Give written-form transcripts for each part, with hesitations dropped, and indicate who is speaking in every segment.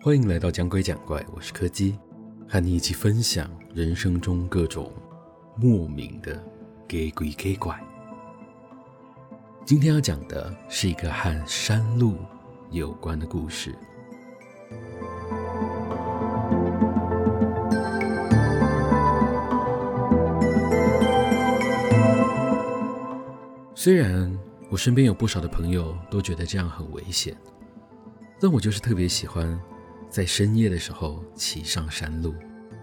Speaker 1: 欢迎来到讲鬼讲怪，我是柯基，和你一起分享人生中各种莫名的给鬼给怪。今天要讲的是一个和山路有关的故事。虽然我身边有不少的朋友都觉得这样很危险，但我就是特别喜欢在深夜的时候骑上山路。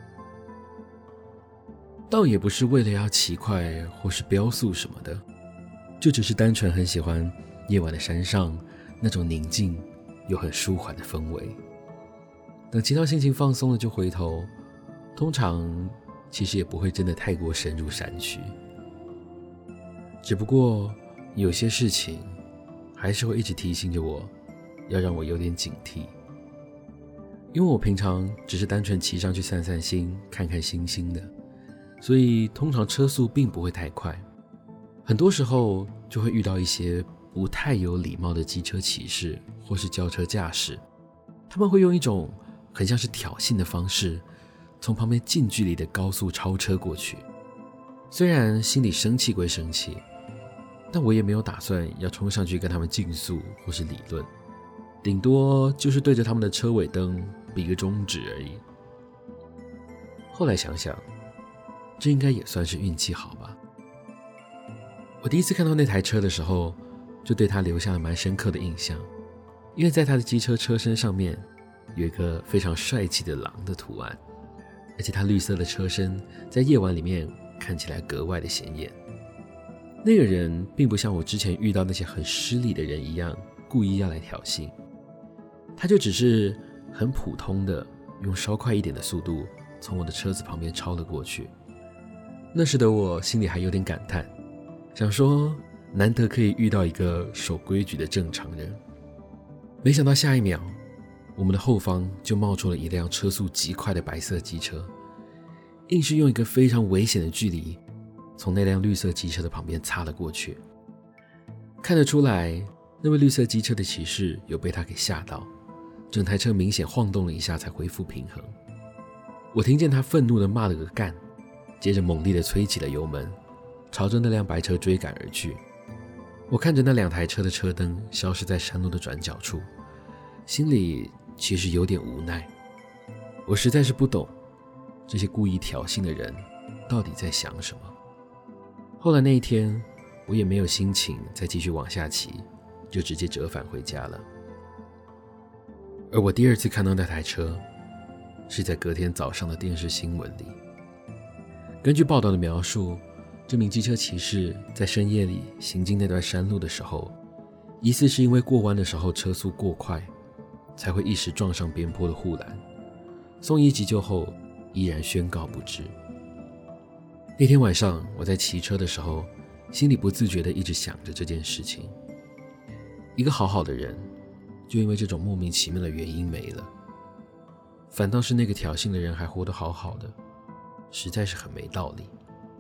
Speaker 1: 倒也不是为了要骑快或是飙速什么的，就只是单纯很喜欢夜晚的山上那种宁静又很舒缓的氛围。等骑到心情放松了就回头，通常其实也不会真的太过深入山区。只不过有些事情还是会一直提醒着我，要让我有点警惕。因为我平常只是单纯骑上去散散心，看看星星的，所以通常车速并不会太快。很多时候就会遇到一些不太有礼貌的机车骑士或是轿车驾驶，他们会用一种很像是挑衅的方式，从旁边近距离的高速超车过去。虽然心里生气归生气，但我也没有打算要冲上去跟他们竞速或是理论，顶多就是对着他们的车尾灯比个中指而已。后来想想，这应该也算是运气好吧。我第一次看到那台车的时候，就对他留下了蛮深刻的印象，因为在他的机车车身上面有一个非常帅气的狼的图案，而且他绿色的车身在夜晚里面看起来格外的显眼。那个人并不像我之前遇到那些很失礼的人一样故意要来挑衅，他就只是很普通的用稍快一点的速度从我的车子旁边超了过去。那时的我心里还有点感叹，想说难得可以遇到一个守规矩的正常人。没想到下一秒，我们的后方就冒出了一辆车速极快的白色机车，硬是用一个非常危险的距离从那辆绿色机车的旁边擦了过去。看得出来，那位绿色机车的骑士有被他给吓到，整台车明显晃动了一下才恢复平衡。我听见他愤怒地骂了个干，接着猛力地催起了油门，朝着那辆白车追赶而去。我看着那两台车的车灯消失在山路的转角处，心里其实有点无奈。我实在是不懂这些故意挑衅的人到底在想什么。后来那一天，我也没有心情再继续往下骑，就直接折返回家了。而我第二次看到那台车，是在隔天早上的电视新闻里。根据报道的描述，这名机车骑士在深夜里行经那段山路的时候，疑似是因为过弯的时候车速过快，才会一时撞上边坡的护栏。送医急救后，依然宣告不治。那天晚上我在骑车的时候，心里不自觉地一直想着这件事情。一个好好的人，就因为这种莫名其妙的原因没了，反倒是那个挑衅的人还活得好好的，实在是很没道理。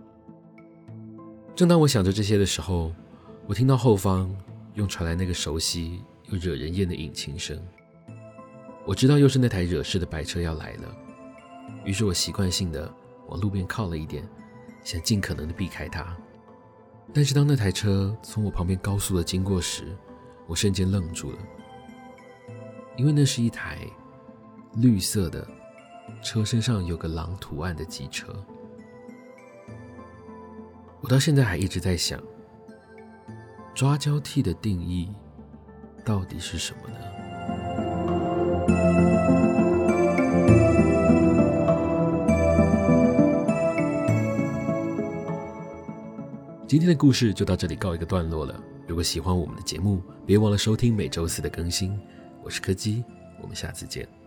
Speaker 1: 正当我想着这些的时候，我听到后方又传来那个熟悉又惹人厌的引擎声。我知道又是那台惹事的白车要来了，于是我习惯性的往路边靠了一点，想尽可能的避开它。但是当那台车从我旁边高速的经过时，我瞬间愣住了，因为那是一台绿色的车身上有个狼图案的机车。我到现在还一直在想，抓交替的定义到底是什么呢？今天的故事就到这里告一个段落了。如果喜欢我们的节目，别忘了收听每周四的更新。我是柯基，我们下次见。